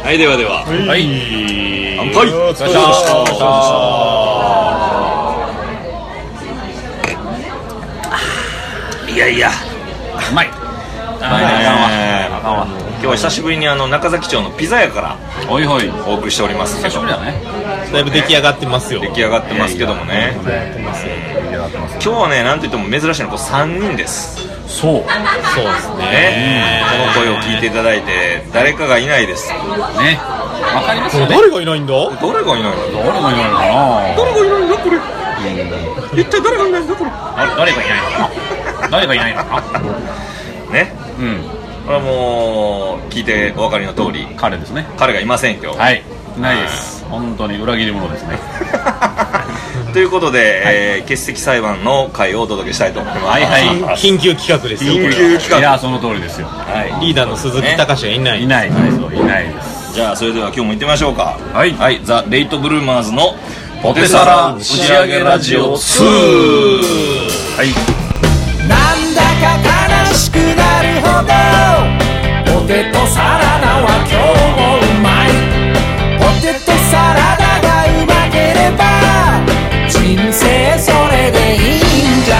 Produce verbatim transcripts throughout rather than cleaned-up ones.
はい、ではでは、 はい、 乾杯。お疲れ様でした。いやいや、 うまい。 うまいね。あかんわ。今日は久しぶりにあの中崎町のピザ屋からおいほいお送りしておりますけど、 久しぶりだね。 だいぶ出来上がってますよ。 出来上がってますけどもね。今日はね、なんといっても珍しいのはさんにんです。 そう。 そうですね。 ね、この声を聞いていただいて誰かがいないです。 ね。わかりますよね。 誰がいないんだ？ 誰がいないの？ 誰がいないのかな。 誰がいないんだこれ。一体誰がいないんだこれ。 誰がいないのかな。誰がいないのかな。 ね。うん。これはもう聞いてお分かりの通り、 彼ですね。 彼がいません今日。 はい。いないです。本当に裏切り者ですね。 ということで、はい、えー、欠席裁判の回をお届けしたいと思います。 はいはい。 緊急企画ですよ。 緊急企画。 いや、その通りですよ。 はい。リーダーの鈴木隆がいない。 いない。いないです。 じゃあそれでは今日も行ってみましょうか。 はい。 はい。ザ・レイトブルーマーズのポテサラ打ち上げラジオツー。はい。 なんだか悲しくなるほどポテトサラダは今日もうまい。ポテトサラダがうまければ人生それでいいんじゃ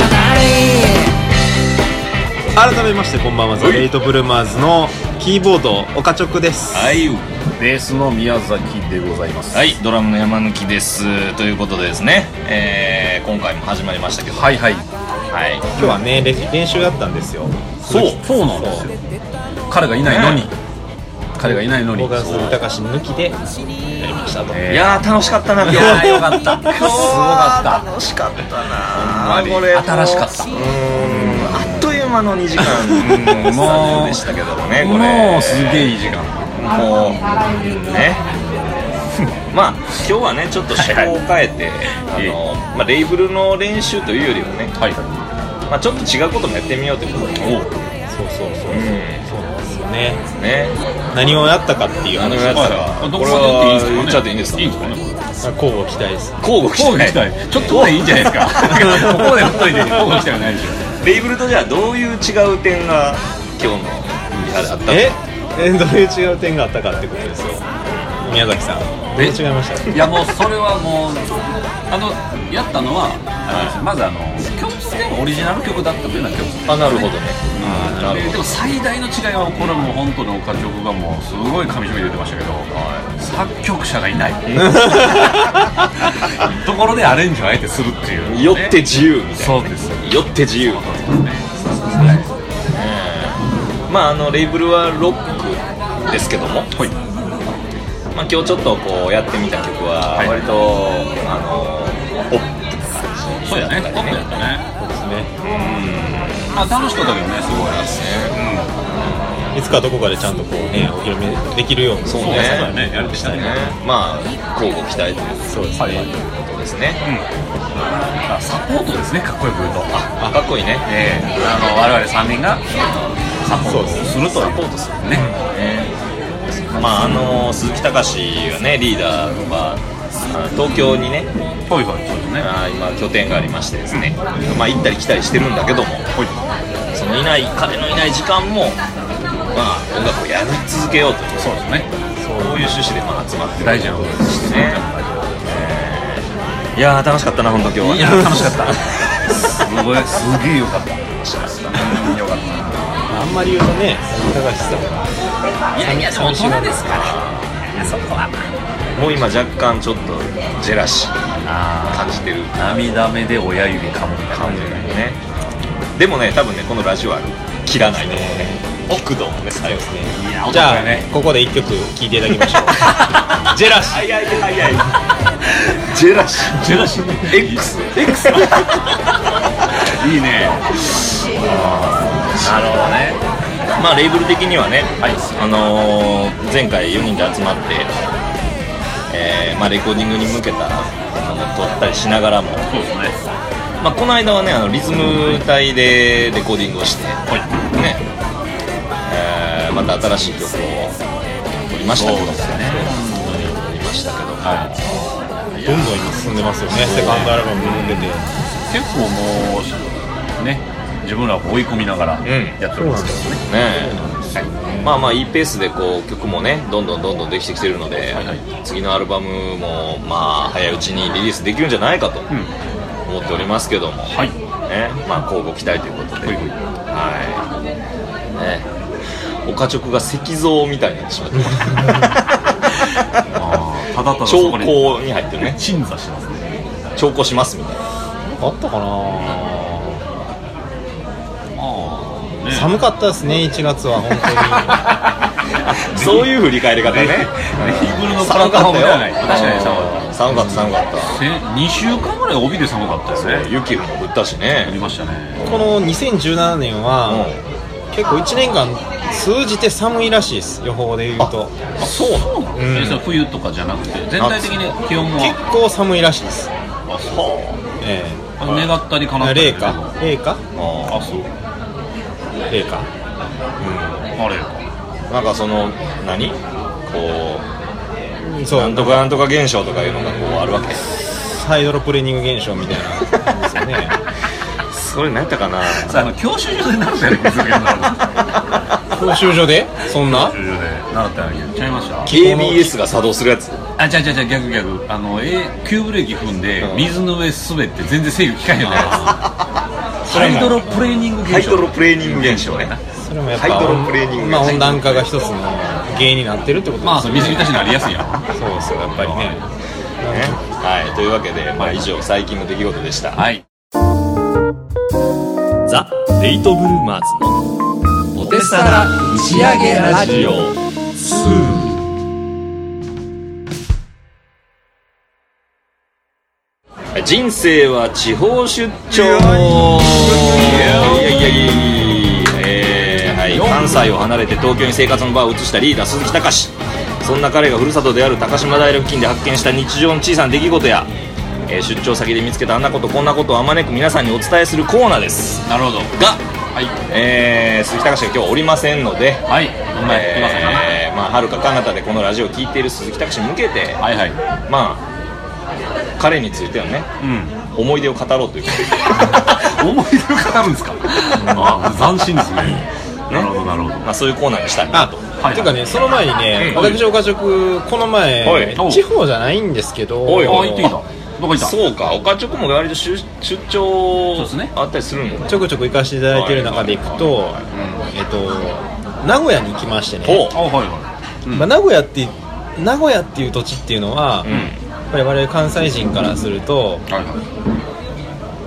ない。 改めましてこんばんは。ザ・レイトブルーマーズのキーボード岡直です。 はい。 ベースの宮崎でございます。 はい。ドラムの山抜です。ということでですね、えー、今回も始まりましたけど、 はいはいはい、 今日はね練習だったんですよ。 そうそうなんですよ。彼がいないのに、ね、彼がいないのに僕が鈴木隆抜きでやりましたと。 いやー楽しかったな。今日はよかった。今日は楽しかったな。これ新しかった。 うーん、あっという間のにじかんもうでしたけどもね。これもうすげえいい時間。 もうね。まあ今日はねちょっと趣向を変えて、はいはい、あのまあ、レーブルの練習というよりはね、はい、まあ、ちょっと違うこともやってみようということで、おそうそうそう、うん、そうなんですよね。 ね、 何をやったかっていう話。 何をやったか、これは言っちゃっていいんですか？ いいんですかね。 交互期待です。 交互期待。 ちょっとでいいんじゃないですか。ここで振っといて交互期待はないでしょ。 レーブルとじゃあどういう違う点が今日のあったか。 ええどういう違う点があったかってことですよ。宮崎さん。どう違いました？ いやもうそれはもうあのやったのはあの、はい、まずあの曲付けのオリジナル曲だったというのは曲付け。 あ、なるほどね。 うん、なるほど。でも最大の違いはこれはもう本当に岡直がもうすごい噛み締めて言ってましたけど、はい、作曲者がいないところでアレンジをあえてするっていう、ね、 よって自由みたいな、ね、 そうですよって自由みたいなね。まああのレーブルはロックですけども、はい、まあ、今日ちょっとこうやってみた曲は割と、はい、あのポップな感じ。 そうやね、ポップやったね。 そうですね。 うん、まあ楽しかったけどね、すごいですね。 うん、いつかどこかでちゃんとこうねお披露目できるように。 そうね、そうだね、やりたいね。まあ交互期待というそうですね、いうことですね。 うん、サポートですね、かっこよく言うと。 あ、かっこいいね。 ええ、あの我々さんにんがサポートするとサポートするね。まああの鈴木隆がねリーダーは東京にね、 はいはい、そうですね。 あ今拠点がありましてですね、まあ行ったり来たりしてるんだけども、はい、そのいない彼のいない時間もまあ音楽をやり続けようという、 そうですね。 そういう趣旨でまあ集まってる大事なことですね。 いやー楽しかったな本当今日は。 いや楽しかった。すごいすげえよかった。楽しかったね。よかったな。 あんまり言うとね、高橋さんがいやいやでも大人ですから。いやそこはもう今若干ちょっとジェラシー感じてる。 涙目で親指かむみたいな感じだよね。 でもね多分ねこのラジオは切らないと思うね。奥度もね最後ですね。 じゃあねここで一曲聴いていただきましょう。ジェラシー。 早い早い。ジェラシー。 ジェラシー。 X。X。 いいね。なるほどね。 まあレーブル的にはね、 はい、 あのー、前回よにんで集まって、えーまあ、レコーディングに向けたものを撮ったりしながらも、 そうですね。 まあ、この間はねあのリズム隊でレコーディングをして、はいねえー、また新しい曲を撮りましたけど、そうですね、撮りましたけど、はい、 どんどん今進んでますよね。セカンドアルバムに向けて結構もうね自分らを追い込みながらやっておりますけどね、 ねえ、はい、まあまあいいペースでこう曲もねどんどんどんどんできてきてるので、はいはい、次のアルバムもまあ早いうちにリリースできるんじゃないかと思っておりますけども、はい、ね、まあ交互期待ということで、はい、はいね、オカチョクが石像みたいになってしまってあただただ兆候に入ってるね、 鎮座しますね、 兆候しますみたいな、 あったかな、 あ、ね、 寒かったですねいちがつは本当にそういう振り返り方ね、 日暮れの寒かったよ、確かに寒かった寒かったにしゅうかんぐらい帯で寒かったですね、 雪も降ったしね、 降りましたね。 このにせんじゅうななねんは、うん、結構いちねんかん通じて寒いらしいです、予報でいうと。 あ、そうなの、うん、冬とかじゃなくて全体的に気温も結構寒いらしいです。 あ、そう、 ええー、願ったりかなったり、 冷夏冷夏、 ああ、そう、 冷夏、 うん、あれか、 なんかその何こう、そう、なんとかなんとか現象とかいうのがこうあるわけ、 ハイドロプレーニング現象みたいなですよねそれ何やったかな、 さあ、あの教習所で習ったやつですけど教習所でそんな教習所で習ったやつちゃいました。 ケービーエス が作動するやつ、 あ、じゃじゃじゃ逆逆、あの、A、急ブレーキ踏んで、うん、水の上滑って全然制御効かへんようなやつハイドロプレーニング現象、 ハイドロプレーニング現象ね、 それもやっぱハイドロプレーニング、 まあ、温暖化が一つの原因になってるってことですね。 まあ、その水浸しになりやすいやんそうですよ、やっぱりね、ね、 はい、というわけで、まあ、以上最近の出来事でした。 はい、 ザ・レイトブルーマーズのポテサラ打ち上げラジオツー。 人生は地方出張、いやいやいやいや、えーはい、関西を離れて東京に生活の場を移したリーダー鈴木隆。そんな彼がふるさとである高島平付近で発見した日常の小さな出来事や、えー、出張先で見つけたあんなことこんなことをあまねく皆さんにお伝えするコーナーです。 なるほど。 が、はい、えー、鈴木隆が今日おりませんので、 はい、 えー、まあはるか彼方でこのラジオを聞いている鈴木隆に向けて、はいはい、まあ彼についてはね、うん、思い出を語ろうということで思い出を語るんですかあ、斬新ですねなるほどなるほど、 まあ、そういうコーナーにしたいなと。 はい、ていうかね、その前にね、うん、私岡直この前、はい、地方じゃないんですけど、 おいおい、行っていいんだ、どこ行った。 そうか、岡直も割と出張あったりするの、ね、 ちょくちょく行かせていただいている中で行くと、えっと名古屋に行きましてね、 あ、はいはい、 うん、まあ、名古屋って名古屋っていう土地っていうのは、うん、やっぱり我々関西人からすると、はいはい、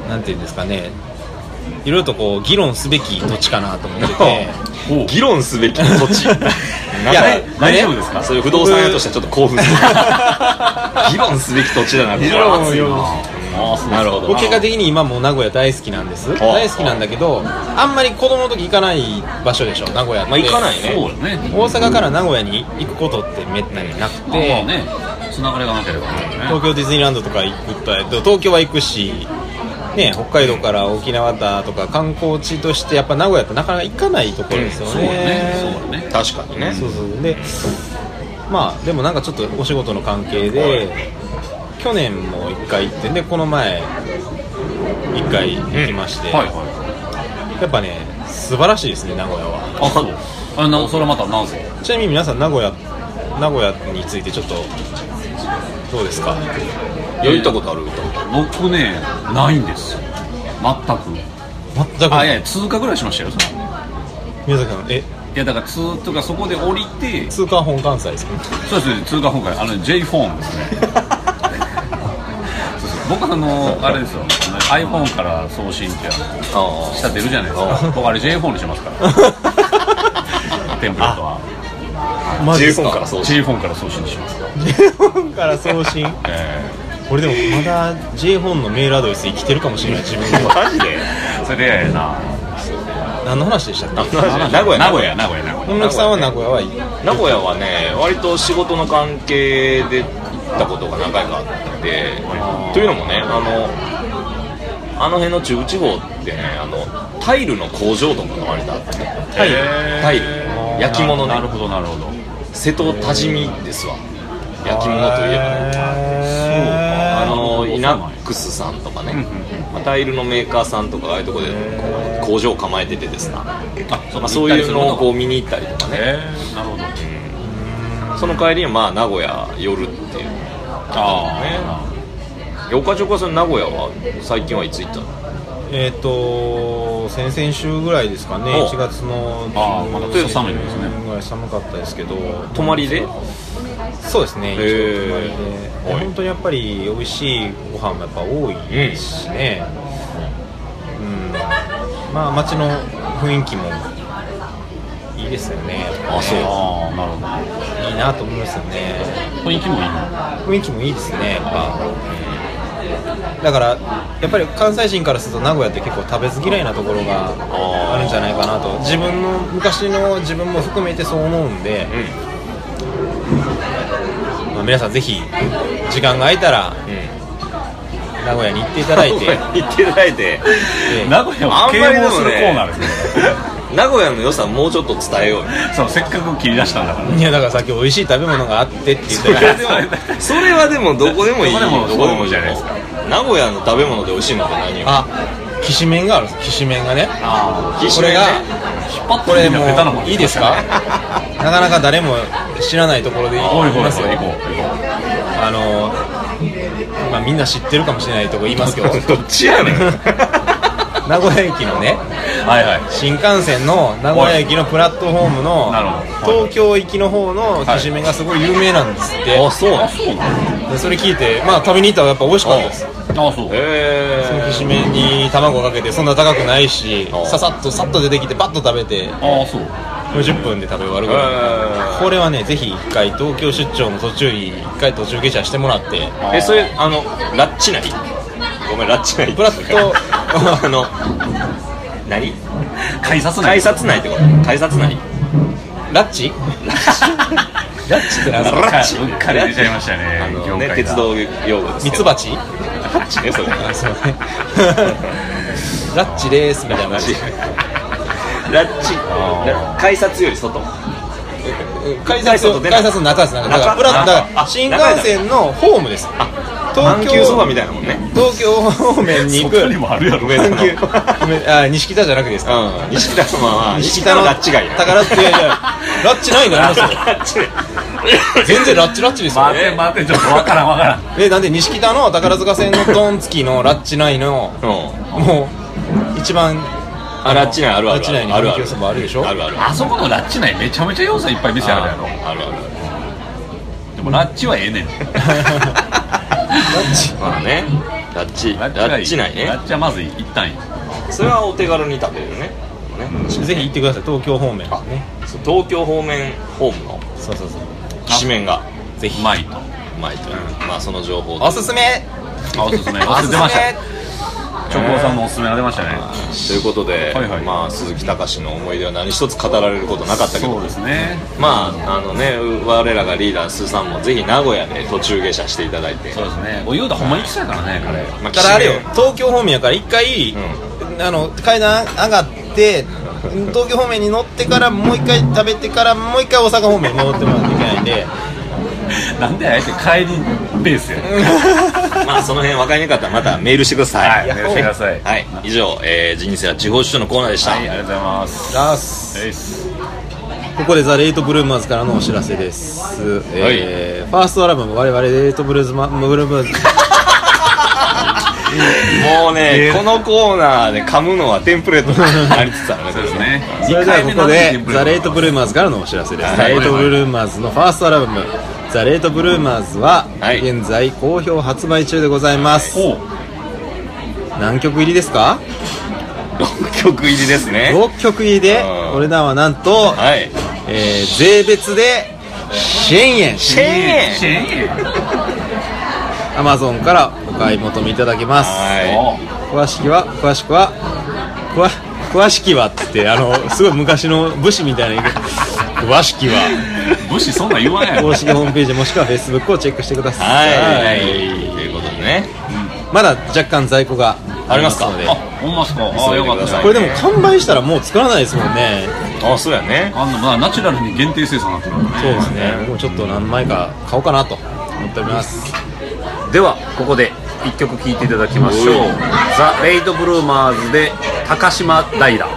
なんていうんですかね、いろいろとこう議論すべき土地かなと思ってて議論すべき土地いや、 大丈夫ですか、 そういう不動産屋としてはちょっと興奮する議論すべき土地だな、 議論するなるほど。 僕結果的に今も名古屋大好きなんです。大好きなんだけど、あんまり子供の時行かない場所でしょ、名古屋って。 まあ行かないね。 そうね。 大阪から名古屋に行くことってめったになくて、 まあね、つながりがなければね。 東京ディズニーランドとか行くと、東京は行くし、ね、北海道から沖縄だとか観光地としてやっぱ名古屋ってなかなか行かないところですよね。 そうだね。そうだね。 確かにね。 そうそう。で、まあでもなんかちょっとお仕事の関係で。去年もいっかい行って、でこの前いっかい行きまして、うんはいはい、やっぱね素晴らしいですね、名古屋は。 あ、そう。あのそれはまた何ですか。 ちなみに皆さん名古屋名古屋についてちょっとどうですか。 行ったことある？ 僕ねないんですよ、全く全く。 あ、いや通過ぐらいしましたよ。その宮崎さん、えいやだから通とかそこで降りて通過本関西ですか。 そうですね、通過本関西、あの J フォンですね僕あのあれですよ、iPhone から送信ってあの下出るじゃないですか。僕あれ J フォンにしますからテンプレートはマジですか。 J フォンから送信 J フォンから送信にしますか J フォンから送信えー、これでもまだ J フォンのメールアドレス生きてるかもしれない自分でマジでそれでやな。 何の話でしたっけ。 名古屋名古屋名古屋名古屋野村さんは名古屋は名古屋はね割と仕事の関係で行ったことが何回かあってというのもね、あのあの辺の中部地方ってね、あのタイルの工場とかが割とあってね、タイルタイル焼き物ね。 なるほどなるほど。 瀬戸多治見ですわ、焼き物といえばね。そうか、あのイナックスさんとかね、まあ、タイルのメーカーさんとかああいうところでこう工場を構えててですね、 あ、そう、 まあ、そういうのをこう見に行ったりとかね、 えー、なるほど、 うん、その帰りにまあ名古屋寄るっていう。 ああ、ね、岡島さん名古屋は最近はいつ行ったの？ えっ、ー、と先々週ぐらいですかね。いちがつのああ、まだちょっと寒いですね。 ぐらい寒かったですけど、 泊まりで？ そうですね、一応泊まりで、 えー、 本当にやっぱり美味しいご飯もやっぱ多いですしね、うん、うん、まあ街の雰囲気もいいですよね。 あ、そう、 ああ、なるほど、 いいなと思いますよね。 雰囲気もいいの？ 雰囲気もいいですね、やっぱ。だからやっぱり関西人からすると名古屋って結構食べず嫌いなところがあるんじゃないかなと、自分の昔の自分も含めてそう思うんで、うん、まあ、皆さんぜひ時間が空いたら、うん、名古屋に行っていただいて行っていただいて名古屋を啓蒙するコーナーですね。 名古屋の良さもうちょっと伝えようよ。 そう、せっかく切り出したんだから。 いやだからさっき美味しい食べ物があってって言ったらそれはでもどこでもいい。 どこでもどこでもいいじゃないですか。 名古屋の食べ物で美味しいのって何よ？ あ、きしめんがあるんです。きしめんがね。 あ、 きしめんね。 これがこれもういいですか？なかなか誰も知らないところで言いますよ。あのまあみんな知ってるかもしれないとこ言いますけど。 どっちやねん。 名古屋駅のね、はいはい、新幹線の名古屋駅のプラットフォームの東京行きの方のきしめんがすごい有名なんですって。 あ、そうなんで、それ聞いて、まあ食べに行ったらやっぱ美味しかったです。 あ、そう。 へー。 そのきしめんに卵かけてそんな高くないし、ささっとさっと出てきてパッと食べて、 あ、そう。 もうじゅっぷんで食べ終わるぐらい。これはね、ぜひ一回東京出張の途中に一回途中下車してもらって。 え、それあのラッチ内？ごめん、ラッチ内。 プラットあの何？ 改札内。 改札内ってこと？改札内？ ラッチ？ラッチって何ですか？ ラッチ。うっかり出ちゃいましたね。 あのね、鉄道用語ですけど。 ミツバチ？ ラッチね、それ。 あ、そうね。ラッチですみたいな感じ。 ラッチ。改札より外。 改札改札の中です。だからプラットだから新幹線のホームです。 東京そばみたいなもんね。 東京方面に行く。 そこにもあるやろ。 阪急あ、西北じゃなくてですか。 うん、西北のまあ西北のラッチ街。 宝っていやいやラッチないのありますよ。全然ラッチラッチですよ。 待って待って、ちょっとわからんわからん。 え、なんで西北の宝塚線のドン付きのラッチ内のもう一番あ、ラッチ内あるあるラッチ内に阪急そばあるでしょ。 あるある。 あそこのラッチ内めちゃめちゃ要素いっぱい店あるやろ。 あるある。 でもラッチはええねん。 ラッチ、 まあね、ラッチラッチ内ね。 ラッチはまず一旦いい。 それはお手軽に食べれるね。 ぜひ行ってください。東京方面ね。 東京方面ホームのそうそうそうきしめんがぜひうまいと。 うまいという、まあその情報おすすめ。 あ、おすすめ。おすすめ出ました。チョコさんのおすすめが出ましたね。 ということで、 はいはい、 まあ鈴木隆の思い出は何一つ語られることなかったけど、 そうですね。 まああのね、我らがリーダースーさんもぜひ名古屋で途中下車していただいて。 そうですね。おゆうだほんまに来そうやからね、彼。 まあ、ただあれよ、東京方面やから一回、うん、あの階段上がって東京方面に乗ってからもう一回食べてからもう一回大阪方面に戻ってもらわないといけないんで。 なんであえて帰りベースやねまあその辺分かりにくかったらまたメールしてください。 はい、メールしてください。 はい、以上、えー、人生は地方出張のコーナーでした。 はい、ありがとうございます。 ラスここでザ・レイト・ブルーマーズからのお知らせです、えーはい、ファーストアルバム我々レイト・ブルーズマブルーマーズもうね、このコーナーで噛むのはテンプレートになりつつあるね。 そうですね。 それではここでザ・レイト・ブルーマーズからのお知らせです、はい、レイト・ブルーマーズのファーストアルバムザ・レイト・ブルーマーズは現在好評発売中でございます、はい、何曲入りですか？ ろっきょく入りですね。 ろっきょく入りでお値段はなんと、はい、えー、税別でせんえんせんえんせんえんアマゾンからお買い求めいただけます。はい、詳しくは詳しくは詳詳しくはってってあのすごい昔の武士みたいな詳しくは武士そんな言わない。 公式ホームページもしくは Facebook をチェックしてください。 はい、ということでね、 うん、まだ若干在庫がありますので。 あ、ほんますか。あ、よかった。 これでも完売したらもう作らないですもんね。 あ、そうやね。 あんのまあナチュラルに限定生産になってる、ね、 そうですね。僕もちょっと何枚か買おうかなと思っております。 ではここでいっきょく聴いていただきましょう。ザ・レイト・ブルーマーズで高島平。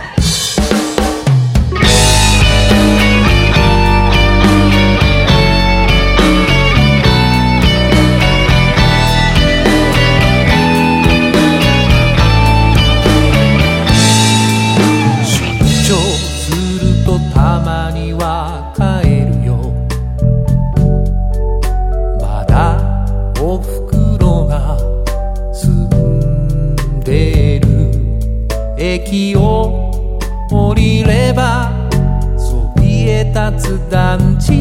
駅を降りればそびえ立つ団地、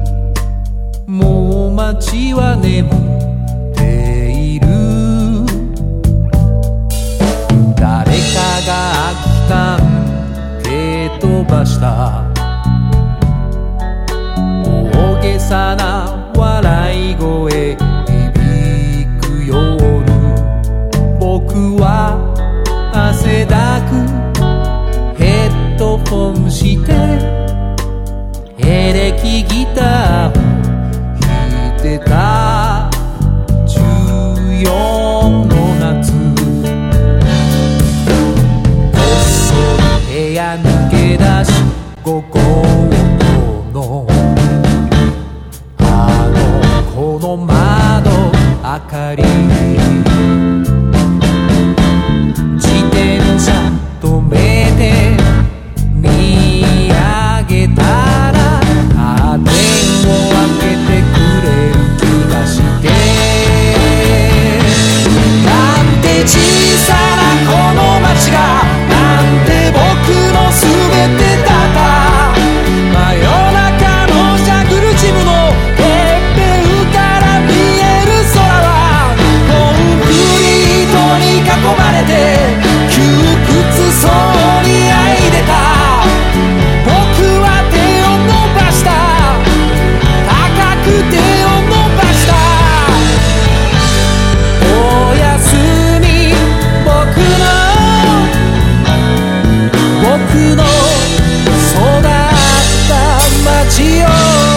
もう街は眠っている。誰かが空き缶蹴飛ばした大げさな笑い声響く夜、僕は汗だくヘッドホンしてエレキギターを弾いてたじゅうよんの夏、こっそり部屋抜け出し午後のあの子の窓明かり止めて見上げたらカーテンを開けてくれる気がして、なんて小さなこの街がなんて僕の全てだった。真夜中のジャグルジムのてっぺんから見える空はコンクリートに囲まれて窮屈そうにあいでた。僕は手を伸ばした、高く手を伸ばした。おやすみ僕の僕の育った街よ。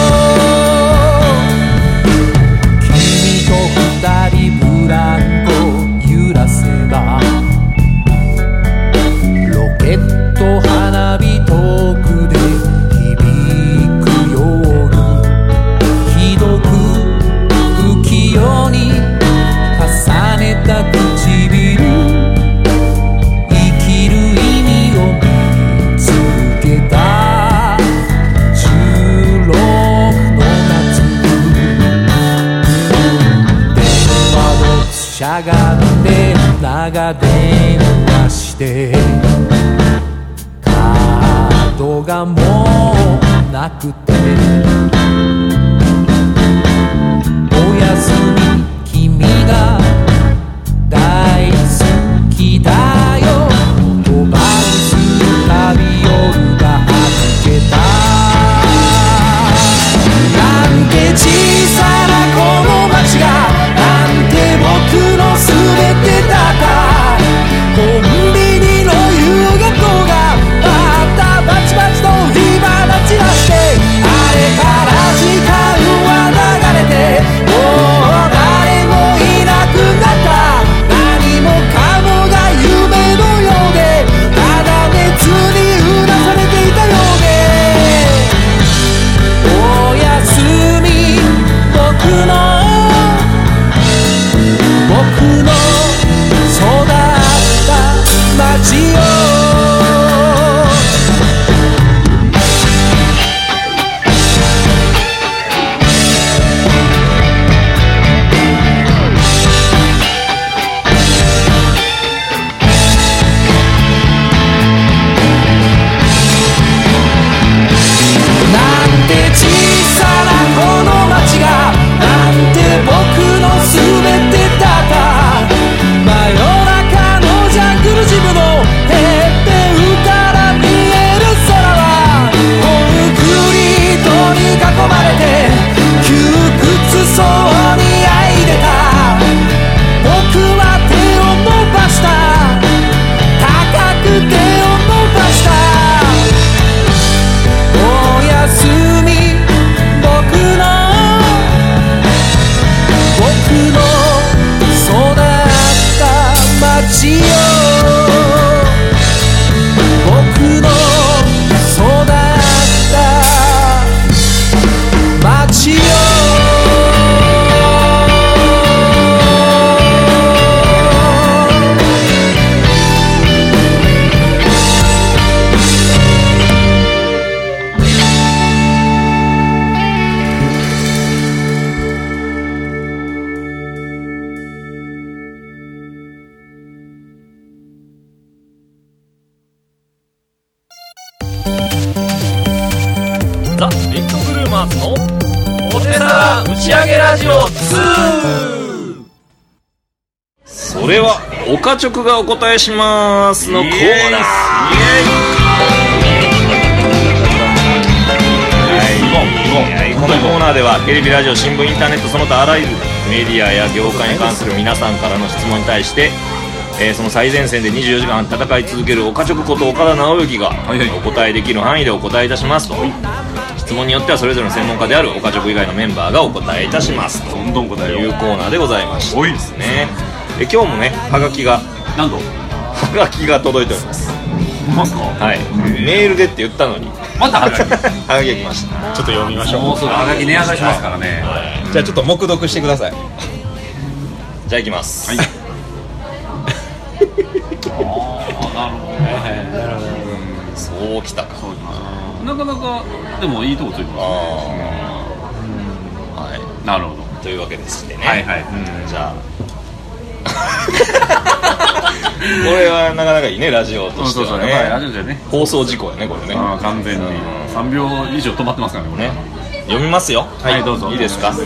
君と二人ブランコ揺らせばロケット花火遠くで響く夜、ひどく浮世に重ねた唇、生きる意味を見つけたじゅうろくの夏、電話をしゃがんで長電話してカードがもうなくて、おやすみ君が大好きだよ、言葉にするたび夜がはじけた。なんて小さなこの街がなんて僕の全てだった。コンビニの夕焼けがまたバチバチと火花散らして、あれからじマーズのポテサラ打ち上げラジオツー。 それはオカチョクがお答えしますのコーナー。イエーイ。はい、このコーナーではテレビ、ラジオ、新聞、インターネットその他あらゆるメディアや業界に関する皆さんからの質問に対して、えー、その最前線でにじゅうよじかん戦い続けるオカチョクこと岡田直之がお答えできる範囲でお答えいたしますと。質問によってはそれぞれの専門家であるオカチョク以外のメンバーがお答えいたしますというコーナーでございましてですね。え今日もね、はがきがなんとはがきが届いております。 ますか？ はい、メールでって言ったのにまたはがきはがきが来ました。ちょっと読みましょう。 もうすぐはがき値上がりしますからね、はい、 じゃあちょっと黙読してください。 じゃあいきます。はい。 ああ、なるほど、はい、なるほど。 そうきたか。 なかなかでもいいとこついてますね。 はい、 なるほど。 というわけでしてね。 はいはい。 じゃあこれはなかなかいいね、ラジオとしてはね。 ラジオじゃね、 放送事故やね、これね。 あ、完全にさんびょう以上止まってますからね、これね。 読みますよ。 はい、どうぞ。 いいですか？はい、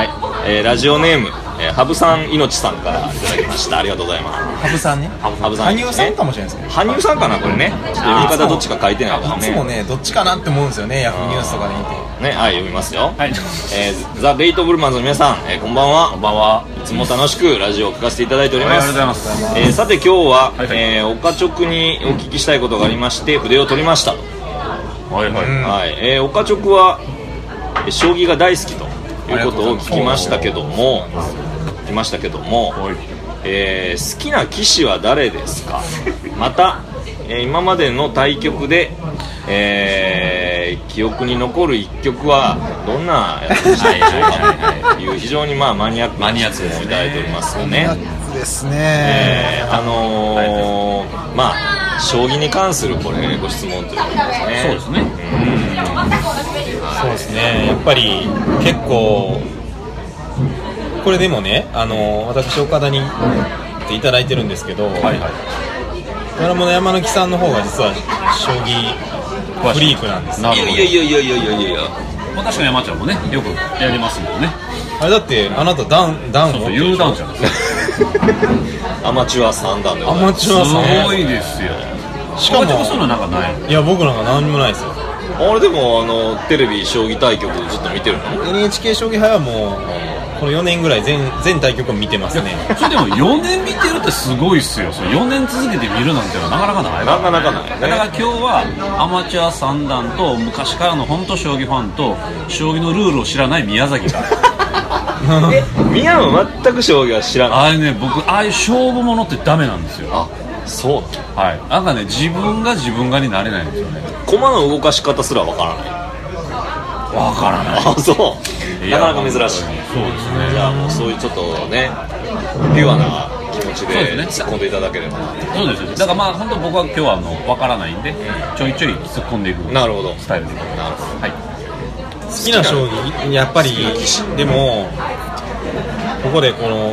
えー、ラジオネーム、えー、羽生さんいのちさんからいただきました。ありがとうございます。 羽生さんね。 羽生さん、 羽生さんかもしれないですね。 羽生さんかな、これね。ちょっと読み方どっちか書いてないからね。 いつもね、どっちかなって思うんですよね、ヤフーニュースとかで見てね。はい、読みますよ。 はい、 えー、ザ・レイトブルマンズの皆さん、えー、こんばんは。 こんばんは。 いつも楽しくラジオを聞かせていただいております。 ありがとうございます。 えー、さて今日は、 はいはい、 えー、オカチョクにお聞きしたいことがありまして筆を取りましたと。 はいはい、 はい、えー、オカチョクは将棋が大好きということを聞きましたけども聞きましたけども、えー、好きな棋士は誰ですか？また、えー、今までの対局で、えー、記憶に残る一局はどんなやつでしたでしょうかという非常にまあマニアックな質問をいただいておりますよね。 ですね、 えー、あのー、まあ将棋に関するこれご質問ということですね。 そうですね、うん、 そうですね。やっぱり結構これでもね、あの私岡田にっていただいてるんですけど、はいはい、ドラマの山貫さんの方が実は将棋フリークなんです。 いやいやいやいやいやいやいやいや、 まあ、確かに山ちゃんもねよくやりますもんね。 あれだってあなたダンダンそうそう有段者ですよアマチュア三段でございます。 アマチュアさんすごいですよ。 しかもそういうのなんかない。 いや僕なんか何もないですよ。 あれでもあのテレビ将棋対局ずっと見てるの？ エヌエイチケー 将棋杯はもうこのよねんぐらい 全, 全対局を見てますね。 それでもよねん見てるってすごいっすよ。それよねん続けて見るなんてのはなかなかない。 なかなかない、ね、 だから今日はアマチュア三段と昔からの本当将棋ファンと将棋のルールを知らない宮崎がえ、宮は全く将棋は知らない。 あれね、僕ああいう勝負物ってダメなんですよ。 あ、そう。 はい。なんかね、自分が自分がになれないんですよね。 駒の動かし方すらわからない。 わからない。 あ、そう。なかなか珍しい。そうですね。 じゃあもうそういうちょっとねピュアな気持ちで突っ込んでいただければ。 そうですね。だからまあ本当僕は今日はあのわからないんで、ちょいちょい突っ込んでいくスタイルで。 なるほど。 はい。 好きな将棋やっぱりでもここでこの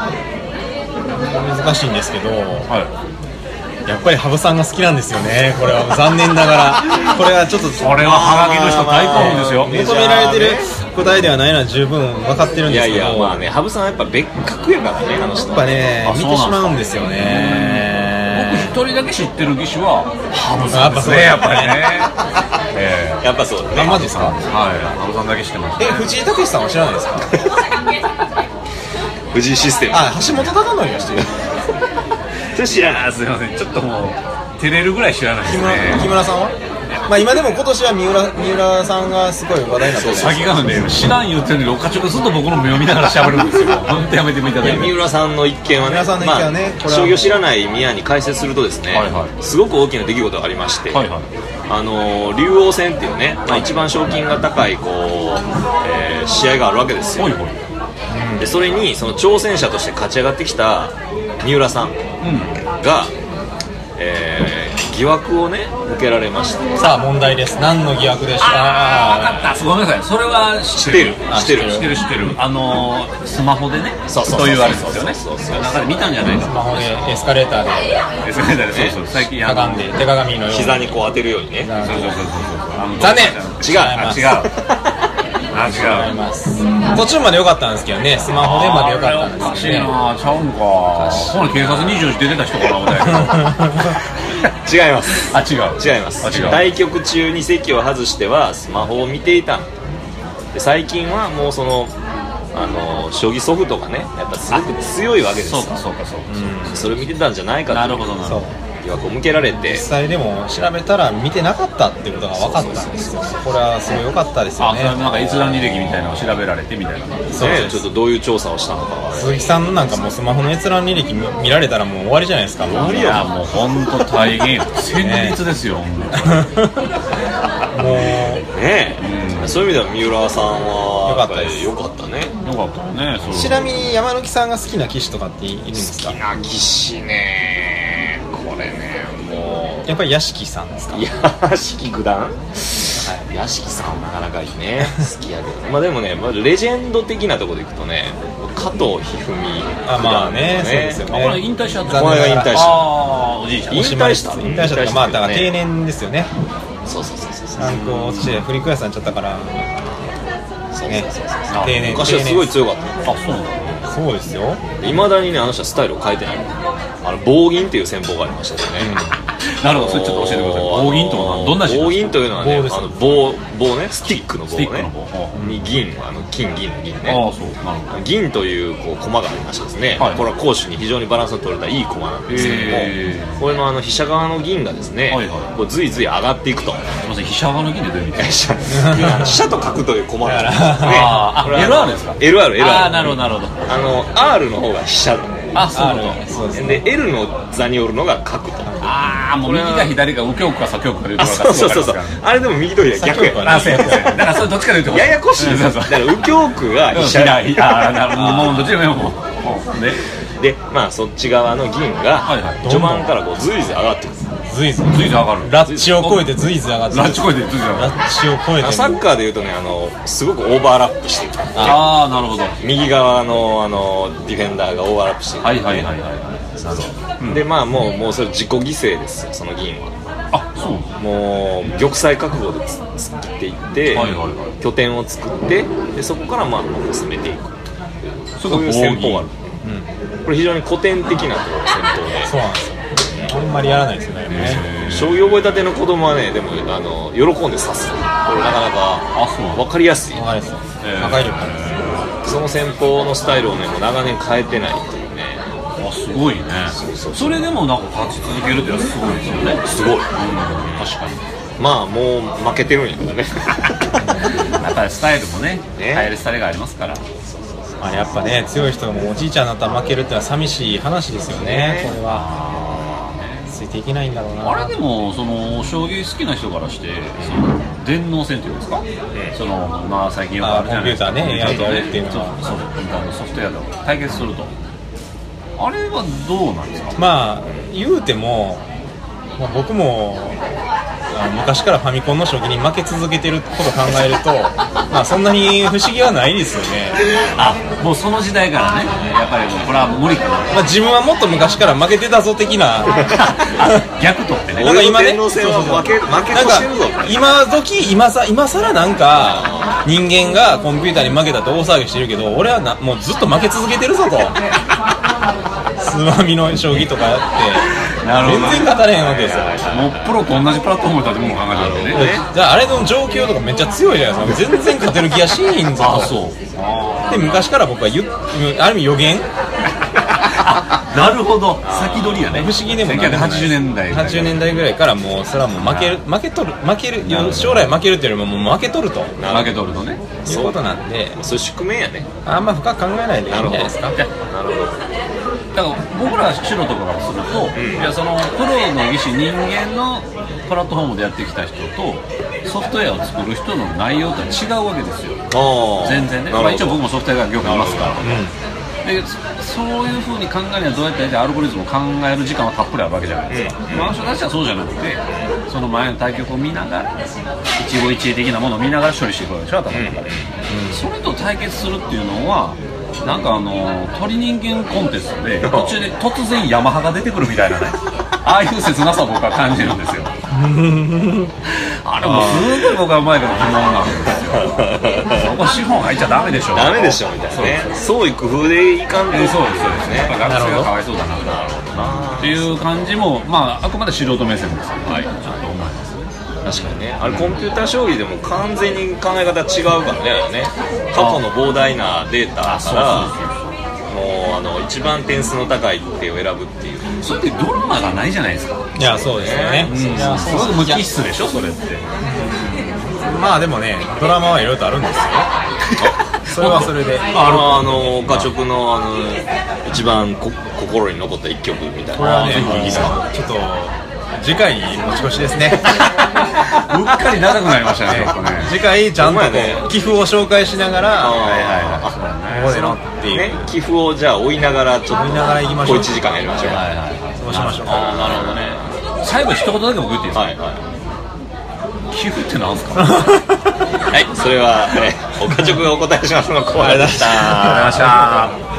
難しいんですけど、はい、やっぱり羽生さんが好きなんですよね。これは残念ながらこれはちょっとこれはハガキの人大興奮ですよ。 求められてる答えではないのは十分分かってるんですけど、 いやいやまあね、羽生さんはやっぱ別格やからね、あの人やっぱね見てしまうんですよね。 僕一人だけ知ってる棋士は羽生さんですね。やっぱりねえー、やっぱそうね。 あ、マジですか？ はい、羽生さんだけ知ってます、ね。 え、藤井猛さんは知らないですか？ 藤井システム。 あ、橋本貴則は知ってる。 それ知らない。 すいません、ちょっともう照れるぐらい知らないですね。 木村さんは？まあ今でも今年は三浦三浦さんがすごい話題になってる。 先がね、知らん言ってるのにおかちょくずっと僕の目を見ながら喋るんですよ。本当やめてみただいて。 三浦さんの一件はね、 三浦さんの一件はね、 まあ、将棋を知らない宮に解説するとですね、はいはい、すごく大きな出来事がありまして、はいはい、あの竜王戦っていうね、まあ、一番賞金が高いこう、えー、試合があるわけですよ。はいはい、でそれにその挑戦者として勝ち上がってきた三浦さんが、うん、えー、 疑惑をね受けられまして。 さあ問題です。何の疑惑でしょう。 ああ分かった。ごめんなさい、それは知ってる知ってる知ってる知ってる。あのー、スマホでね、 そうそうそうというあれですよね。 そうそうそう、 中で見たんじゃないか。 スマホでエスカレーターでエスカレーターで、そうそう、最近かがんで手鏡のように膝にこう当てるようにね。 そうそうそうそう。 残念。 違うあ違うあ違う違います。途中まで良かったんですけどね、スマホでまで良かったんですけどね。 おかしいな、ちゃうんか。ほら警察にじゅうよじ出てた人かな思ったけど。 違います。 あ違う違います。 あ違う。 対局中に席を外してはスマホを見ていた。で最近はもうそのあの将棋ソフトがねやっぱすごく強いわけですよ。 そうかそうかそうか、 うん、それを見てたんじゃないかというなるほどなるほど疑惑を向けられて、 実際でも調べたら見てなかったっていうことが分かったんですよ。これはすごい良かったですよあ、 ね。 それなんか閲覧履歴みたいなのを調べられてみたいな。 そうね、 です。 ちょっとどういう調査をしたのかは鈴木さんなんかもうスマホの閲覧履歴 見, 見られたらもう終わりじゃないですか。もういやもう本当大変戦慄ですよ、 もうね、うん、そういう意味では三浦さんは良かったです良かったね。 よかったね。それちなみに山貫さんが好きな棋士とかっているんですか？ 好きな棋士ね、これねもやっぱり屋敷さんですか？ う屋敷九段、はい、屋敷さんはなかなかいいね好きやけどまあでもね、まあ、レジェンド的なところでいくとね加藤一二三、 あまあね、そうですよね。 あこれ引退しちゃった。 これが引退した。 ああおじいちゃん引退した引退したとか、まあだから定年ですよね。 そうそうそうそうランク落ちてフリークラスになっちゃったからね、定年。 昔はすごい強かった。 あそうなんだ。 そうですよ。 いまだにねあの人はスタイルを変えてない。あの棒銀っていう戦法がありましたよね、 うん、なるほど、それちょっと教えてください。棒銀とはどんな字？ 棒銀というのはね、 棒ですあの棒棒ね、スティックの棒スティックねの棒に銀、あの金銀の銀ね。 ああそう、なるほど。 銀というこう駒がありましてですね、 はい、 これは攻守に非常にバランスの取れたいい駒なんですけども、 えー、 これのあの飛車側の銀がですね、 はいはい、 こうずいずい上がっていくと。 すみません、飛車側の銀ってどういう意味ですか？ 飛車と角という駒なんですね。 ああ、エルアール ですか？ エルアール、エルアール。 ああ、なるほどなるほど。 あの R の方が飛車だね。 あ、そういうこと。 そうですね。 で L の座におるのが角と。 ああ、もう右か左か右京区か左京区かで言うとそうそうそうそう。あれでも右と左逆や。 あ、そうやそうや。だからそれどっちかで言うとややこしい。だから右京区が飛車。 ああ、なるほど。もうどっちでもいいもん。 で、で、まあそっち側の銀が序盤からこうずいずい上がってくる。 ずいずいずいずい上がる。 ラッチを超えてずいずい上がってくる。 ラッチ超えてずいずい上がる。 ラッチを超えて。 サッカーでいうとね、あのすごくオーバーラップしてる。 ああ、なるほど。 右側のあのディフェンダーがオーバーラップしてる。 はいはいはいはい。なるほど。 でまあもうもうそれ自己犠牲ですよ、その銀は。 あ、そう。 もう玉砕覚悟で突っ切っていって、 はいはいはい、 拠点を作ってでそこからまあ攻めていく。そういう戦法がある。うん、これ非常に古典的な戦法で。 そうなんですよ。あんまりやらないですよね。 将棋覚えたての子供はね、でもあの喜んで指す。これなかなか分かりやすい。 分かりやすい。高い力です。 その戦法のスタイルをね、もう長年変えてないというね。 あ、すごいね。そうそうそう。それでもなんか勝ち続けるっていうのはすごいですよね。 すごい。うん、 確かに。 まあもう負けてるんやけどね。 だからスタイルもね、変えるスタイルがありますから。 まあやっぱね、強い人もおじいちゃんになったら負けるってのは寂しい話ですよね。これは。ついていけないんだろうな。 あれでもその将棋好きな人からして、その電脳戦っていうんですか、そのまあ最近よくあるじゃないですか、 コンピューターね、エーアイ とやるっていうのはそうそうソフトウェアと対決すると、あれはどうなんですか？ まあ言うても、まあ、僕もあの昔からファミコンの将棋に負け続けてることを考えるとまあそんなに不思議はないですよね。 あ、もうその時代からね、やっぱりもうこれは無理かな、 まあ、自分はもっと昔から負けてたぞ的な逆とってね、 なんか今ね、 天皇戦は負け負けなん越してるぞ。 か今時今さ今さらなんか人間がコンピューターに負けたって大騒ぎしてるけど、俺はなもうずっと負け続けてるぞとスマミの将棋とかやって全然勝たれへんわけですよ。 もうプロと同じプラットフォームで建物を考えてるんでね。 じゃああれの状況とかめっちゃ強いじゃないですか。全然勝てる気がしへんぞと。 あ、そうで昔から僕は言ある意味予言なるほど、先取りやね。 不思議でもせんきゅうひゃくはちじゅうねんだいはちじゅうねんだいぐらいからもうそれはもう負ける負けとる負ける将来負けるっていうよりももう負けとると負けとるとね、 いうことなんで、 そういう宿命やね。 あんま深く考えないでいいんじゃないですか。 なるほど。 だから僕ら素人からすると、うん、いやそのプロの技師、人間のプラットフォームでやってきた人とソフトウェアを作る人の内容とは違うわけですよ。全然ね、まあ、一応僕もソフトウェア業界いますから、うん、 でそういう風に考えるにはどうやってアルゴリズムを考える時間はたっぷりあるわけじゃないですか、うん、あの人たちはそうじゃなくてその前の対局を見ながら一期一会的なものを見ながら処理していくわけでしょ頭の中で、うんうん、それと対決するっていうのはなんかあの鳥人間コンテストで途中で突然ヤマハが出てくるみたいなねああいう切なさを僕は感じるんですよあれもすごい僕はうまいから疑問なんですよそこ資本入っちゃダメでしょダメでしょみたいなね創意工夫でいかんと、 えー、そうですそうですねやっぱ学生がかわいそうだなっていう感じもまああくまで素人目線ですけど、はい、ちょっと思います確かにね、あれコンピューター将棋でも完全に考え方違うからね、あれね過去の膨大なデータからもうあの一番点数の高い手を選ぶっていう。 それってドラマがないじゃないですか。 いやそうですよね、 うん、いやすごく無機質でしょそれって。 まあでもねドラマはいろいろとあるんですよそれはそれであのあのガチョクのあの一番こ心に残った一曲みたいな。 これはねちょっと次回に持ち越しですねうっかり長くなりましたね次回ちゃんと寄付を紹介しながらはいはいはいここでのっていう、ね、寄付をじゃあ追いながらちょっと追いながら行きましょう。 小いちじかんやりましょう。 はいはいはいそうしましょう。 ああなるほどね。最後一言だけ僕言っていいですか。はいはい。寄付ってなんすかはいそれは、ね、おかちょくがお答えしますのコーナーでした。 ありがとうございました。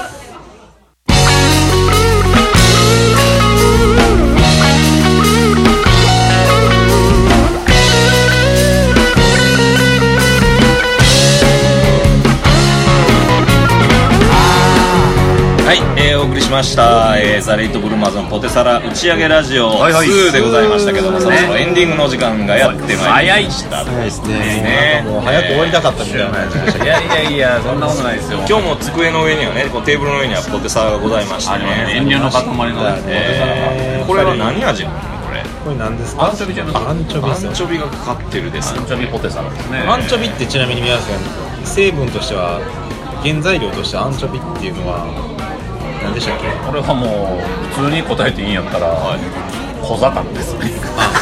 はい、えー、お送りしました、えー、ザ・レイト・ブルマーズのポテサラ打ち上げラジオツーでございましたけども、はいはい、そろそろエンディングの時間がやってまいりました。 早いですね。ねもう早く終わりたかったみたいな感じでした。 いやいやいやそんなことないですよ。 今日も机の上にはねこうテーブルの上にはポテサラがございましてね。 遠慮の塊の、 えー、これは何味なのこれ。 これ何ですか。 アンチョビじゃないですか。 アンチョビアンチョビがかかってるですアンチョビポテサラですね。 アンチョビってちなみに皆さん成分としては原材料としてアンチョビっていうのは何でしたっけ。 これはもう普通に答えていいんやったら、はい、小魚ですね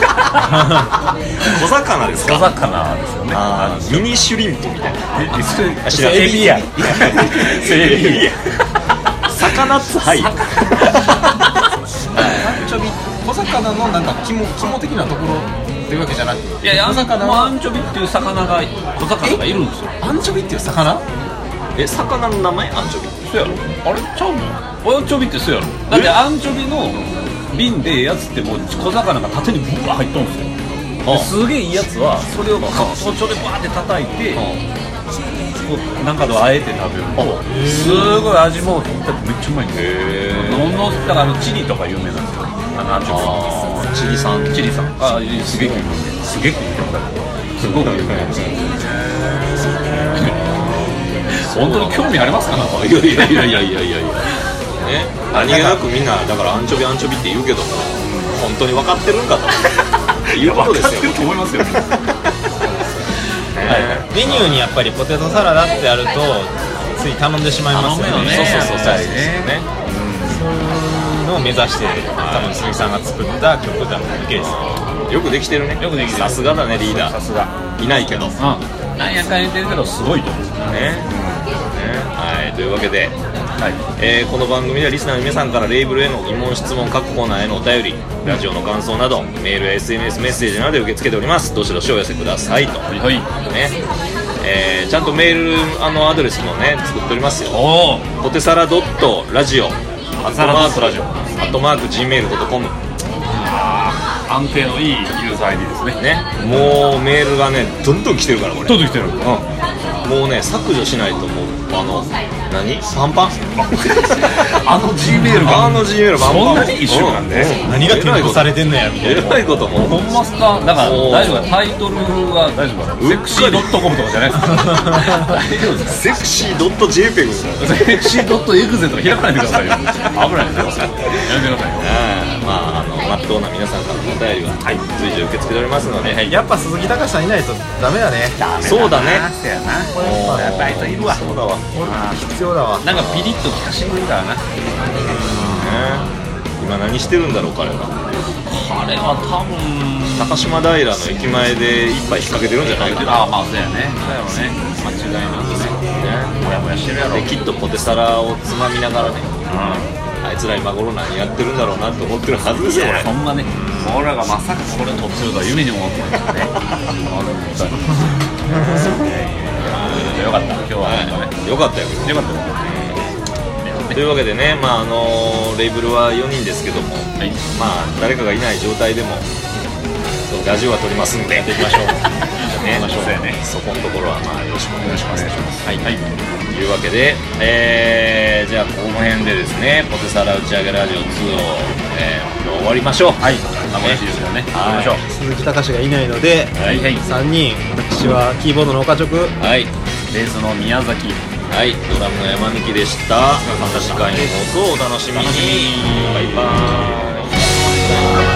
小魚ですか。 小魚ですよね。 あミニシュリンプみたいな。 エビやエビや魚っつはいアンチョビ小魚のなんか肝肝的なところっていうわけじゃなくて、 いやいや小魚はアンチョビっていう魚が小魚がいるんですよ。 アンチョビっていう魚え魚の名前アンチョビってそうやろ。あれちゃうのアンチョビってそうやろ。だってアンチョビの瓶でやつってもう小魚が縦にブワー入っとるんですよ。すげえいいやつはそれを包丁でバーって叩いてなんかであえて食べるとすごい味もだってめっちゃうまいんで。のんのだからチリとか有名なんですよ。あのアンチョビチリさんチリさんあすげえ食うすげえ食うすごく有名です本当に興味ありますかな。 いやいやいやいやいやいやいやね、何気なくみんなだからアンチョビアンチョビって言うけども本当に分かってるんかということですよ。 分かってると思いますよ、ねはい、メニューにやっぱりポテトサラダってあるとつい頼んでしまいますよね。 ねそうそうそうそうですね。 そういうのを目指して多分鈴木さんが作った曲だけですよ。 よくできてるね。 よくできてる。 さすがだねリーダー。 さすがいないけど、うん、 なんやかん言ってるけどすごいと思うね。はい、というわけで、はいえー、この番組ではリスナーの皆さんからレーブルへの疑問質問各コーナーへのお便りラジオの感想などメールや エスエヌエス メッセージなどで受け付けております。どしどしお寄せくださいと、はいはいねえー、ちゃんとメールあのアドレスもね作っておりますよ。ポテサラドットラジオアットマークラジオアットマーク ジーメールドットコム。 安定のいいユーザー アイディー ですね。 ねもうメールがねどんどん来てるからこれどんどん来てる、うん、 もうね削除しないともうあの何パンパンあの G メールがあの G メールパンパンそんなに一週間で、 うん、何が添付されてんのやみたいなえらいこともほんまっすか。だから大丈夫かタイトルは大丈夫かな。セクシー .com とかじゃないですか大丈夫ですか。 セクシー .jpeg セクシー .exe とか開かないでくださいよ危ないですよやめてくださいよ。 まああのまっとうな皆さんからのお便りは、はい、随時受け付けておりますので、はい、 やっぱ鈴木隆さんいないとダメだね。 そうだね。 そうやなこれやっぱあいついるわ。 そうだわ必要だわ。 なんかピリッと効かしてくれるからな。 今何してるんだろう彼は。 彼は多分高島平の駅前で一杯引っ掛けてるんじゃないかな。 ああまあそうやね。そうやろね間違いなくね。 ねやもやしてるやろ。 できっとポテサラをつまみながらね、 うあいつら今頃何やってるんだろうなって思ってるはずですよん。 俺。 そんなね、俺らがまさかこれ撮ってるとは夢にも思ってないですね。本当に。よかった。今日はね。 よかったよ。 よかったよ。 というわけでね、まああのレーベルはよにんですけども、 はい。 まあ誰かがいない状態でもラジオは撮りますんでやっていきましょう。ね、 ましょうね。 そこのところはまあよろしくお願いします。 よろしくお願いします。 はい。 はい。 というわけで、えー、じゃあこの辺でですね、ポテサラ打ち上げラジオツーを、えー、今日終わりましょう。 はい。まあ嬉しいですよね。行きましょう。 鈴木隆がいないので、 はいはい。 さんにん、私はキーボードの岡直、 はい。 ベースの宮崎。 はい、ドラムの山美希でした。また次回の放送をお楽しみに。バイバーイ。